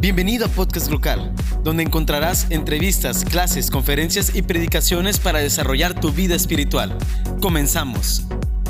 Bienvenido a Podcast Glocal, donde encontrarás entrevistas, clases, conferencias y predicaciones para desarrollar tu vida espiritual. Comenzamos.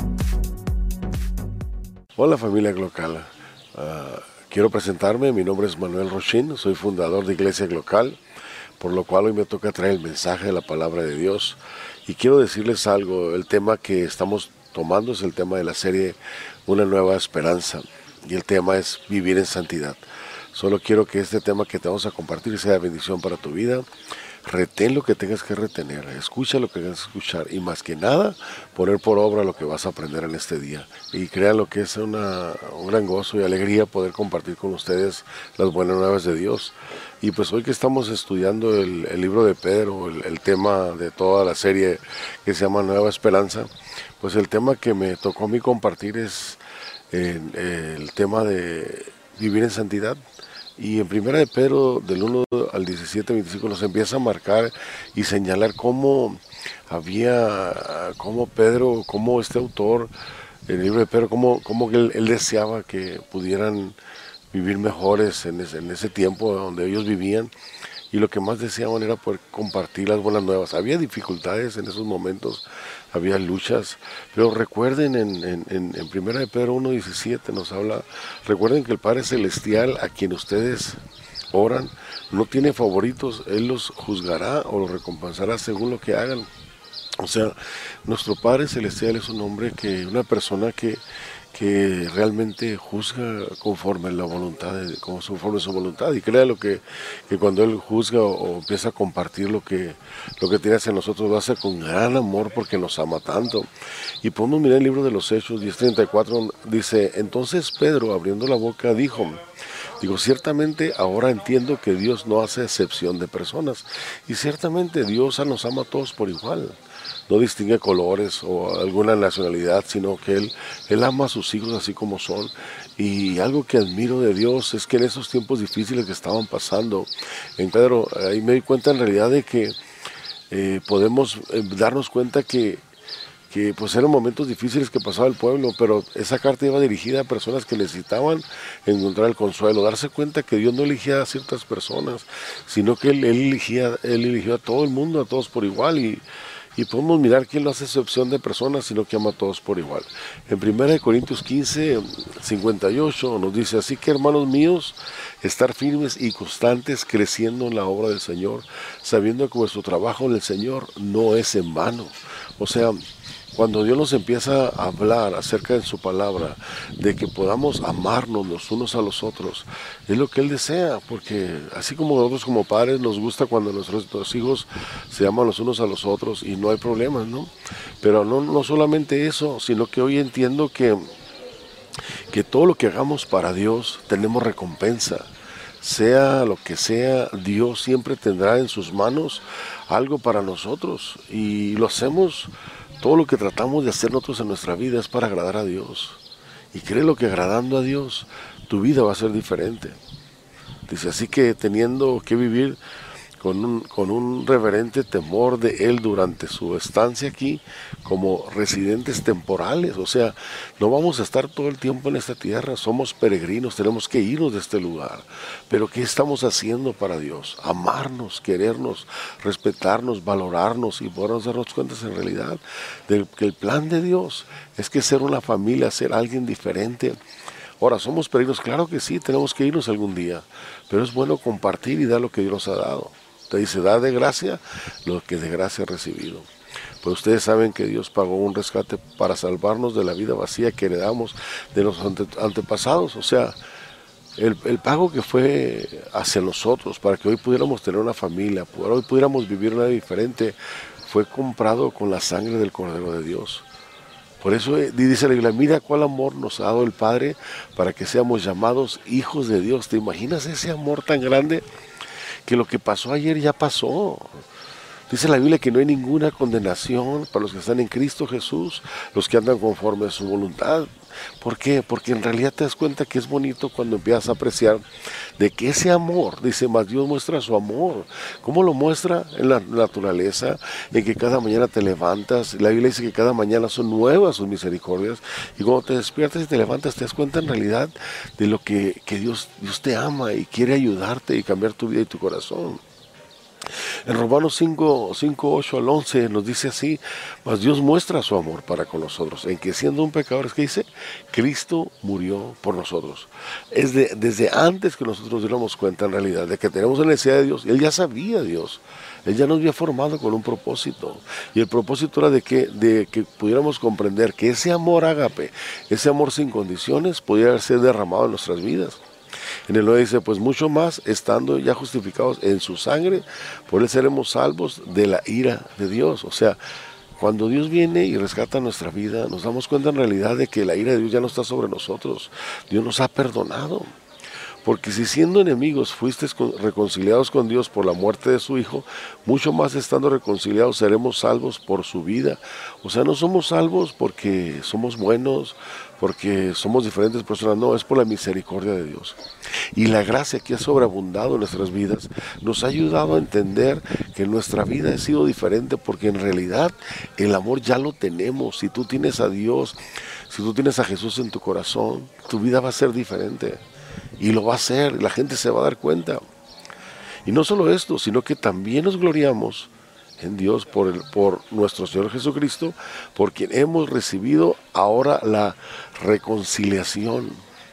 Hola familia Glocal, quiero presentarme, mi nombre es Manuel Rochin, soy fundador de Iglesia Glocal, por lo cual hoy me toca traer el mensaje de la palabra de Dios. Y quiero decirles algo, el tema que estamos tomando es el tema de la serie Una Nueva Esperanza, y el tema es vivir en santidad. Solo quiero que este tema que te vamos a compartir sea de bendición para tu vida. Retén lo que tengas que retener, escucha lo que tengas que escuchar y más que nada, poner por obra lo que vas a aprender en este día. Y crean lo que es un gran gozo y alegría poder compartir con ustedes las buenas nuevas de Dios. Y pues hoy que estamos estudiando el libro de Pedro, el tema de toda la serie que se llama Nueva Esperanza, pues el tema que me tocó a mí compartir es el tema de vivir en santidad. Y en Primera de Pedro, del 1 al 17, 25, nos empieza a marcar y señalar cómo Pedro, cómo este autor, el libro de Pedro, cómo él deseaba que pudieran vivir mejores en ese tiempo donde ellos vivían. Y lo que más deseaban era poder compartir las buenas nuevas. Había dificultades en esos momentos, había luchas, pero recuerden en 1 de Pedro 1:17 nos habla, recuerden que el Padre Celestial a quien ustedes oran no tiene favoritos, Él los juzgará o los recompensará según lo que hagan. O sea, nuestro Padre Celestial es un hombre una persona que realmente juzga conforme la voluntad, conforme su voluntad, y créalo que cuando Él juzga o empieza a compartir lo que tiene hacia nosotros, lo hace con gran amor porque nos ama tanto. Y podemos mirar el libro de los Hechos 10:34, dice, entonces Pedro abriendo la boca dijo, ciertamente ahora entiendo que Dios no hace excepción de personas, y ciertamente Dios nos ama a todos por igual. No distingue colores o alguna nacionalidad, sino que Él ama a sus hijos así como son. Y algo que admiro de Dios es que en esos tiempos difíciles que estaban pasando, en Pedro, ahí me di cuenta en realidad de que podemos darnos cuenta que pues eran momentos difíciles que pasaba el pueblo, pero esa carta iba dirigida a personas que necesitaban encontrar el consuelo, darse cuenta que Dios no elegía a ciertas personas, sino que Él eligió a todo el mundo, a todos por igual, y podemos mirar que Él no hace excepción de personas, sino que ama a todos por igual. En 1 Corintios 15:58 nos dice, así que hermanos míos, estar firmes y constantes creciendo en la obra del Señor, sabiendo que vuestro trabajo en el Señor no es en vano. O sea, cuando Dios nos empieza a hablar acerca de su palabra, de que podamos amarnos los unos a los otros, es lo que Él desea, porque así como nosotros como padres nos gusta cuando nuestros hijos se aman los unos a los otros y no hay problemas, ¿no? Pero no solamente eso, sino que hoy entiendo que todo lo que hagamos para Dios tenemos recompensa. Sea lo que sea, Dios siempre tendrá en sus manos algo para nosotros y lo hacemos. Todo lo que tratamos de hacer nosotros en nuestra vida es para agradar a Dios. Y créelo que agradando a Dios, tu vida va a ser diferente. Dice, así que teniendo que vivir con un reverente temor de Él durante su estancia aquí, como residentes temporales. O sea, no vamos a estar todo el tiempo en esta tierra, somos peregrinos, tenemos que irnos de este lugar. Pero ¿qué estamos haciendo para Dios? Amarnos, querernos, respetarnos, valorarnos y podernos darnos cuenta en realidad de que el plan de Dios es que ser una familia, ser alguien diferente. Ahora, ¿somos peregrinos? Claro que sí, tenemos que irnos algún día, pero es bueno compartir y dar lo que Dios nos ha dado. Te dice, da de gracia lo que de gracia ha recibido. Pues ustedes saben que Dios pagó un rescate para salvarnos de la vida vacía que heredamos de los antepasados. O sea, el pago que fue hacia nosotros para que hoy pudiéramos tener una familia, hoy pudiéramos vivir una vida diferente, fue comprado con la sangre del Cordero de Dios. Por eso dice la Biblia, mira cuál amor nos ha dado el Padre para que seamos llamados hijos de Dios. ¿Te imaginas ese amor tan grande? Que lo que pasó ayer ya pasó. Dice la Biblia que no hay ninguna condenación para los que están en Cristo Jesús, los que andan conforme a su voluntad. ¿Por qué? Porque en realidad te das cuenta que es bonito cuando empiezas a apreciar de que ese amor, dice, más Dios muestra su amor. ¿Cómo lo muestra? En la naturaleza, en que cada mañana te levantas. La Biblia dice que cada mañana son nuevas sus misericordias. Y cuando te despiertas y te levantas, te das cuenta en realidad de lo que Dios te ama y quiere ayudarte y cambiar tu vida y tu corazón. En Romanos 5, 8 al 11 nos dice así: mas Dios muestra su amor para con nosotros, en que siendo un pecador, ¿qué dice? Cristo murió por nosotros. Desde antes que nosotros nos diéramos cuenta en realidad de que tenemos la necesidad de Dios, Él ya sabía Dios. Él ya nos había formado con un propósito. Y el propósito era de que pudiéramos comprender que ese amor ágape, ese amor sin condiciones, pudiera ser derramado en nuestras vidas. En el 9 dice, pues mucho más, estando ya justificados en su sangre, por él seremos salvos de la ira de Dios. O sea, cuando Dios viene y rescata nuestra vida, nos damos cuenta en realidad de que la ira de Dios ya no está sobre nosotros. Dios nos ha perdonado. Porque si siendo enemigos fuisteis reconciliados con Dios por la muerte de su Hijo, mucho más estando reconciliados seremos salvos por su vida. O sea, no somos salvos porque somos buenos, porque somos diferentes personas, no, es por la misericordia de Dios. Y la gracia que ha sobreabundado en nuestras vidas nos ha ayudado a entender que nuestra vida ha sido diferente, porque en realidad el amor ya lo tenemos. Si tú tienes a Dios, si tú tienes a Jesús en tu corazón, tu vida va a ser diferente. Y lo va a hacer, la gente se va a dar cuenta. Y no solo esto, sino que también nos gloriamos en Dios por nuestro Señor Jesucristo, por quien hemos recibido ahora la reconciliación.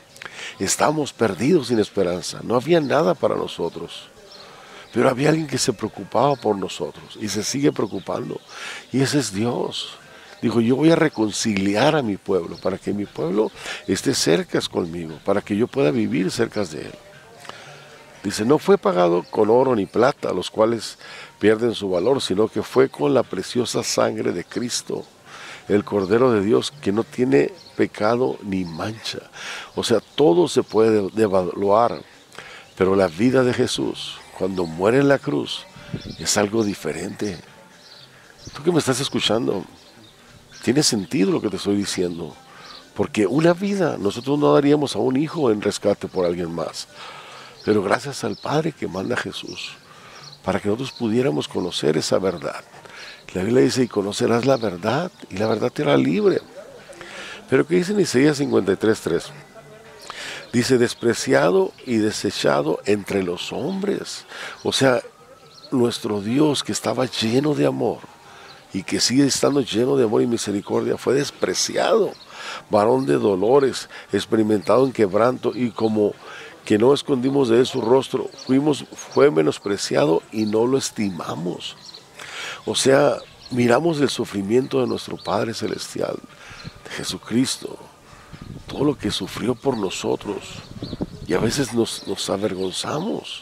Estamos perdidos sin esperanza, no había nada para nosotros. Pero había alguien que se preocupaba por nosotros y se sigue preocupando. Y ese es Dios. Dijo, yo voy a reconciliar a mi pueblo, para que mi pueblo esté cerca conmigo, para que yo pueda vivir cerca de él. Dice, no fue pagado con oro ni plata, los cuales pierden su valor, sino que fue con la preciosa sangre de Cristo, el Cordero de Dios, que no tiene pecado ni mancha. O sea, todo se puede devaluar, pero la vida de Jesús, cuando muere en la cruz, es algo diferente. Tú que me estás escuchando, tiene sentido lo que te estoy diciendo, porque una vida nosotros no daríamos a un hijo en rescate por alguien más, pero gracias al Padre que manda a Jesús, para que nosotros pudiéramos conocer esa verdad. La Biblia dice, y conocerás la verdad, y la verdad te hará libre. Pero ¿qué dice en Isaías 53:3? Dice, despreciado y desechado entre los hombres. O sea, nuestro Dios, que estaba lleno de amor, y que sigue estando lleno de amor y misericordia, fue despreciado, varón de dolores, experimentado en quebranto, y como que no escondimos de él su rostro, fue menospreciado y no lo estimamos. O sea, miramos el sufrimiento de nuestro Padre Celestial, de Jesucristo, todo lo que sufrió por nosotros, y a veces nos avergonzamos.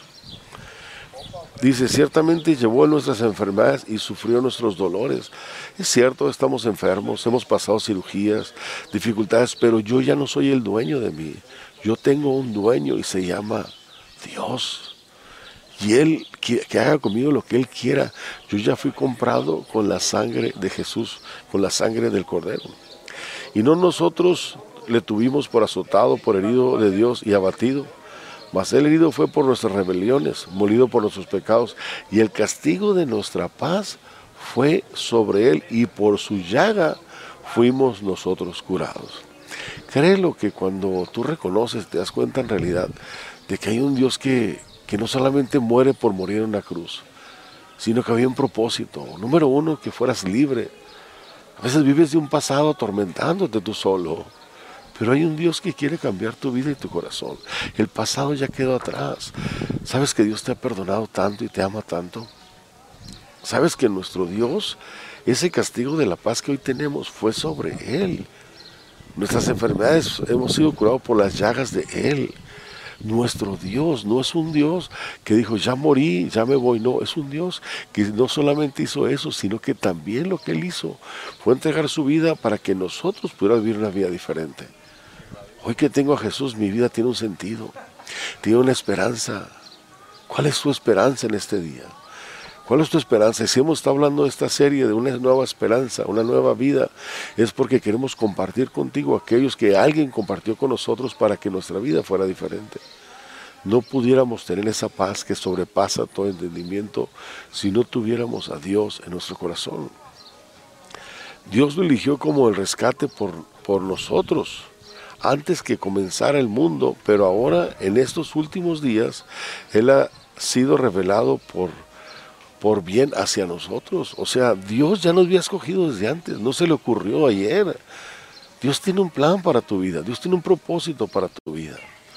Dice, ciertamente llevó nuestras enfermedades y sufrió nuestros dolores. Es cierto, estamos enfermos, hemos pasado cirugías, dificultades, pero yo ya no soy el dueño de mí. Yo tengo un dueño y se llama Dios. Y Él, que haga conmigo lo que Él quiera. Yo ya fui comprado con la sangre de Jesús, con la sangre del Cordero. Y no nosotros le tuvimos por azotado, por herido de Dios y abatido. Mas él herido fue por nuestras rebeliones, molido por nuestros pecados, y el castigo de nuestra paz fue sobre él, y por su llaga fuimos nosotros curados. Créelo que cuando tú reconoces, te das cuenta en realidad de que hay un Dios que no solamente muere por morir en una cruz, sino que había un propósito. Número uno, que fueras libre. A veces vives de un pasado atormentándote tú solo, pero hay un Dios que quiere cambiar tu vida y tu corazón. El pasado ya quedó atrás. ¿Sabes que Dios te ha perdonado tanto y te ama tanto? ¿Sabes que nuestro Dios, ese castigo de la paz que hoy tenemos, fue sobre Él? Nuestras enfermedades hemos sido curados por las llagas de Él. Nuestro Dios no es un Dios que dijo, ya morí, ya me voy. No, es un Dios que no solamente hizo eso, sino que también lo que Él hizo fue entregar su vida para que nosotros pudiéramos vivir una vida diferente. Hoy que tengo a Jesús, mi vida tiene un sentido, tiene una esperanza. ¿Cuál es tu esperanza en este día? ¿Cuál es tu esperanza? Y si hemos estado hablando de esta serie de una nueva esperanza, una nueva vida, es porque queremos compartir contigo aquellos que alguien compartió con nosotros para que nuestra vida fuera diferente. No pudiéramos tener esa paz que sobrepasa todo entendimiento si no tuviéramos a Dios en nuestro corazón. Dios lo eligió como el rescate por nosotros, antes que comenzara el mundo, pero ahora en estos últimos días Él ha sido revelado por bien hacia nosotros. O sea, Dios ya nos había escogido desde antes, no se le ocurrió ayer. Dios tiene un plan para tu vida, Dios tiene un propósito para tu vida.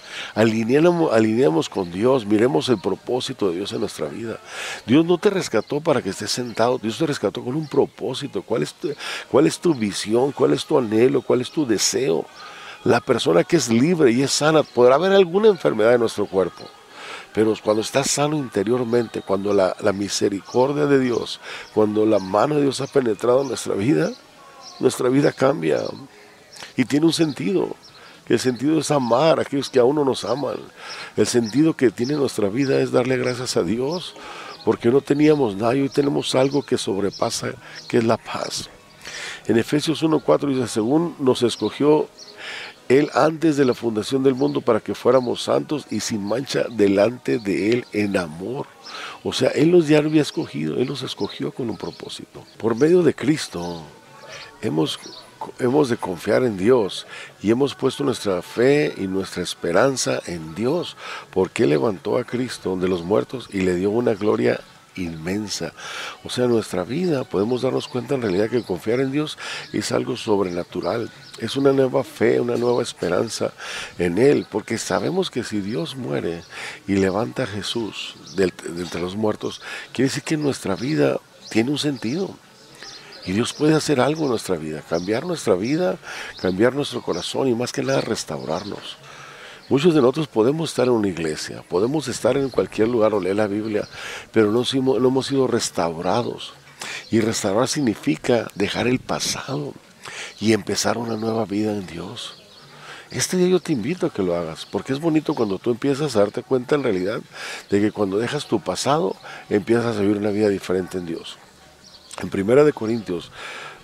Alineamos con Dios, miremos el propósito de Dios en nuestra vida. Dios no te rescató para que estés sentado, Dios te rescató con un propósito. ¿Cuál es tu visión? ¿Cuál es tu anhelo? ¿Cuál es tu deseo? La persona que es libre y es sana, podrá haber alguna enfermedad en nuestro cuerpo, pero cuando estás sano interiormente, cuando la misericordia de Dios, cuando la mano de Dios ha penetrado en nuestra vida cambia y tiene un sentido. El sentido es amar a aquellos que aún no nos aman. El sentido que tiene nuestra vida es darle gracias a Dios, porque no teníamos nada y hoy tenemos algo que sobrepasa, que es la paz. En Efesios 1:4 dice, según nos escogió Él antes de la fundación del mundo para que fuéramos santos y sin mancha delante de Él en amor. O sea, Él nos ya había escogido, Él nos escogió con un propósito. Por medio de Cristo hemos de confiar en Dios y hemos puesto nuestra fe y nuestra esperanza en Dios, porque Él levantó a Cristo de los muertos y le dio una gloria inmensa. O sea, en nuestra vida podemos darnos cuenta en realidad que confiar en Dios es algo sobrenatural, es una nueva fe, una nueva esperanza en Él, porque sabemos que si Dios muere y levanta a Jesús de entre los muertos, quiere decir que nuestra vida tiene un sentido. Y Dios puede hacer algo en nuestra vida, cambiar nuestro corazón y más que nada restaurarnos. Muchos de nosotros podemos estar en una iglesia, podemos estar en cualquier lugar o leer la Biblia, pero no hemos sido restaurados. Y restaurar significa dejar el pasado y empezar una nueva vida en Dios. Este día yo te invito a que lo hagas, porque es bonito cuando tú empiezas a darte cuenta en realidad de que cuando dejas tu pasado, empiezas a vivir una vida diferente en Dios. En 1 Corintios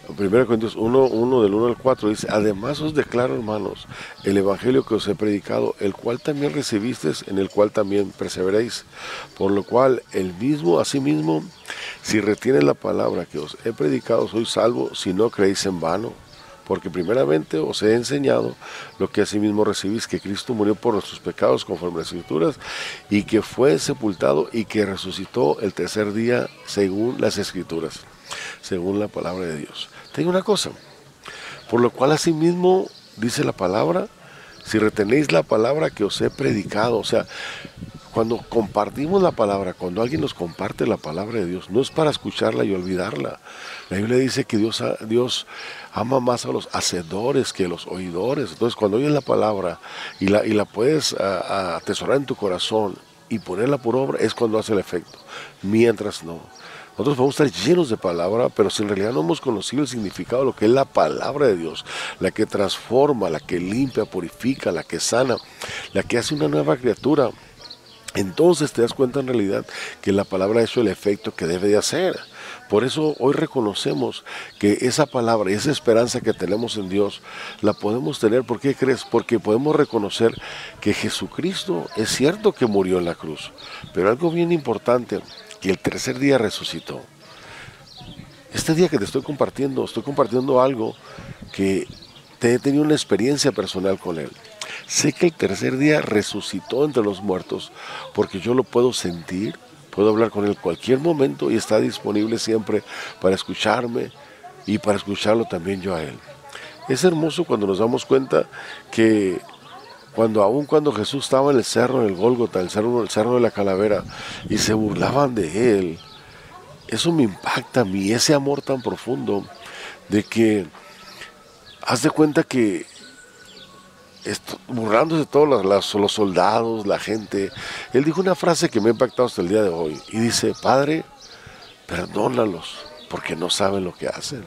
1, del 1 al 4 dice, además os declaro, hermanos, el evangelio que os he predicado, el cual también recibisteis, en el cual también perseveréis, por lo cual asimismo, si retienes la palabra que os he predicado, sois salvos, si no creéis en vano. Porque primeramente os he enseñado lo que asimismo recibís, que Cristo murió por nuestros pecados conforme a las Escrituras, y que fue sepultado y que resucitó el tercer día según las Escrituras, según la palabra de Dios. Te digo una cosa, por lo cual asimismo dice la palabra, si retenéis la palabra que os he predicado, o sea, cuando compartimos la palabra, cuando alguien nos comparte la palabra de Dios, no es para escucharla y olvidarla. La Biblia dice que Dios ama más a los hacedores que a los oidores. Entonces, cuando oyes la palabra y la puedes atesorar en tu corazón y ponerla por obra, es cuando hace el efecto. Mientras no. Nosotros podemos estar llenos de palabra, pero si en realidad no hemos conocido el significado de lo que es la palabra de Dios, la que transforma, la que limpia, purifica, la que sana, la que hace una nueva criatura, entonces te das cuenta en realidad que la palabra ha hecho el efecto que debe de hacer. Por eso hoy reconocemos que esa palabra y esa esperanza que tenemos en Dios la podemos tener. ¿Por qué crees? Porque podemos reconocer que Jesucristo es cierto que murió en la cruz, pero algo bien importante, que el tercer día resucitó. Este día que te estoy compartiendo algo que he tenido una experiencia personal con Él. Sé que el tercer día resucitó entre los muertos porque yo lo puedo sentir, puedo hablar con Él cualquier momento y está disponible siempre para escucharme y para escucharlo también yo a Él. Es hermoso cuando nos damos cuenta que cuando Jesús estaba en el cerro, en el Gólgota, el cerro de la Calavera, y se burlaban de Él, eso me impacta a mí, ese amor tan profundo de que haz de cuenta que burlándose de todos los soldados, la gente, Él dijo una frase que me ha impactado hasta el día de hoy, y dice, Padre, perdónalos, porque no saben lo que hacen.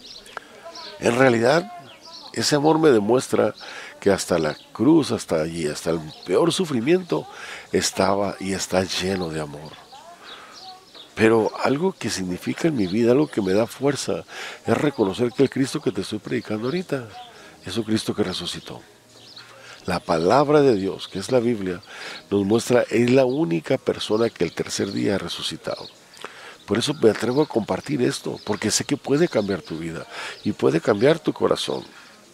En realidad, ese amor me demuestra que hasta la cruz, hasta allí, hasta el peor sufrimiento, estaba y está lleno de amor. Pero algo que significa en mi vida, algo que me da fuerza, es reconocer que el Cristo que te estoy predicando ahorita es un Cristo que resucitó. La palabra de Dios, que es la Biblia, nos muestra, es la única persona que el tercer día ha resucitado. Por eso me atrevo a compartir esto, porque sé que puede cambiar tu vida y puede cambiar tu corazón.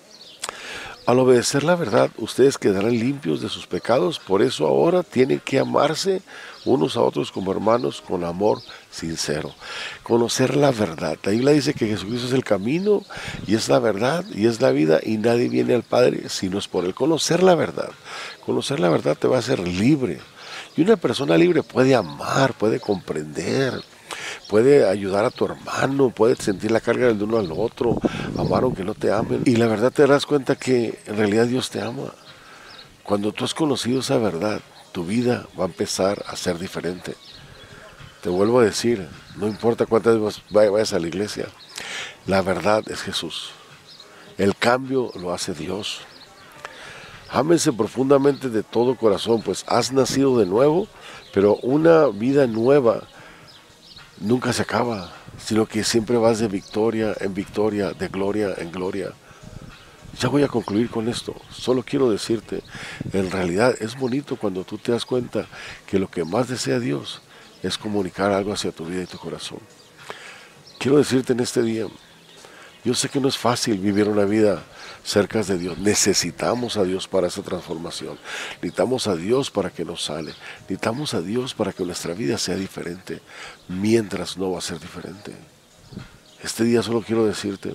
Al obedecer la verdad, ustedes quedarán limpios de sus pecados, por eso ahora tienen que amarse unos a otros como hermanos con amor sincero. Conocer la verdad. La Biblia dice que Jesucristo es el camino y es la verdad y es la vida y nadie viene al Padre si no es por Él. Conocer la verdad. Conocer la verdad te va a hacer libre. Y una persona libre puede amar, puede comprender, puede ayudar a tu hermano, puede sentir la carga del uno al otro, amar aunque no te amen. Y la verdad te darás cuenta que en realidad Dios te ama. Cuando tú has conocido esa verdad, tu vida va a empezar a ser diferente. Te vuelvo a decir, no importa cuántas veces vayas a la iglesia, la verdad es Jesús. El cambio lo hace Dios. Ámense profundamente de todo corazón, pues has nacido de nuevo, pero una vida nueva nunca se acaba, sino que siempre vas de victoria en victoria, de gloria en gloria. Ya voy a concluir con esto. Solo quiero decirte, en realidad es bonito cuando tú te das cuenta que lo que más desea Dios es comunicar algo hacia tu vida y tu corazón. Quiero decirte en este día, yo sé que no es fácil vivir una vida cerca de Dios. Necesitamos a Dios para esa transformación. Necesitamos a Dios para que nos sane. Necesitamos a Dios para que nuestra vida sea diferente, mientras no va a ser diferente. Este día solo quiero decirte,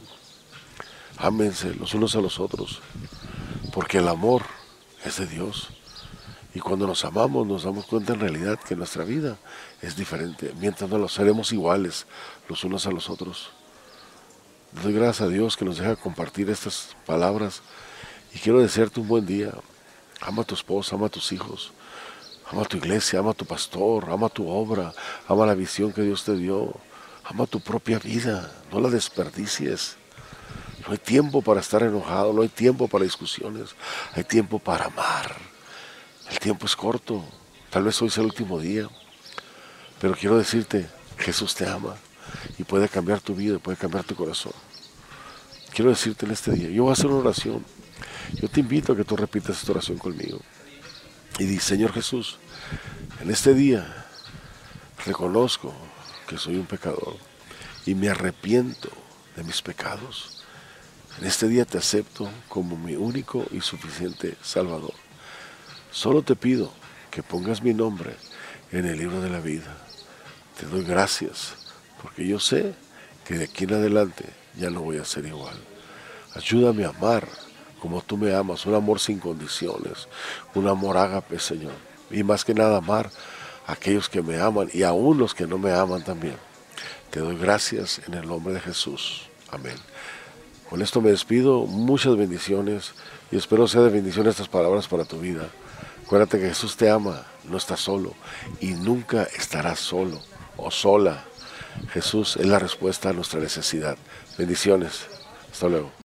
ámense los unos a los otros, porque el amor es de Dios. Y cuando nos amamos nos damos cuenta en realidad que nuestra vida es diferente, mientras no lo seremos iguales los unos a los otros. Doy gracias a Dios que nos deja compartir estas palabras y quiero desearte un buen día. Ama a tu esposa, ama a tus hijos, ama a tu iglesia, ama a tu pastor, ama a tu obra, ama la visión que Dios te dio, ama tu propia vida, no la desperdicies. No hay tiempo para estar enojado, no hay tiempo para discusiones, hay tiempo para amar. El tiempo es corto, tal vez hoy sea el último día, pero quiero decirte, Jesús te ama y puede cambiar tu vida, puede cambiar tu corazón. Quiero decirte en este día, yo voy a hacer una oración. Yo te invito a que tú repitas esta oración conmigo. Y di, Señor Jesús, en este día reconozco que soy un pecador y me arrepiento de mis pecados. En este día te acepto como mi único y suficiente Salvador. Solo te pido que pongas mi nombre en el libro de la vida. Te doy gracias porque yo sé que de aquí en adelante ya no voy a ser igual. Ayúdame a amar como tú me amas, un amor sin condiciones, un amor ágape, Señor. Y más que nada amar a aquellos que me aman y aún los que no me aman también. Te doy gracias en el nombre de Jesús. Amén. Con esto me despido, muchas bendiciones y espero sea de bendición estas palabras para tu vida. Acuérdate que Jesús te ama, no estás solo y nunca estarás solo o sola. Jesús es la respuesta a nuestra necesidad. Bendiciones. Hasta luego.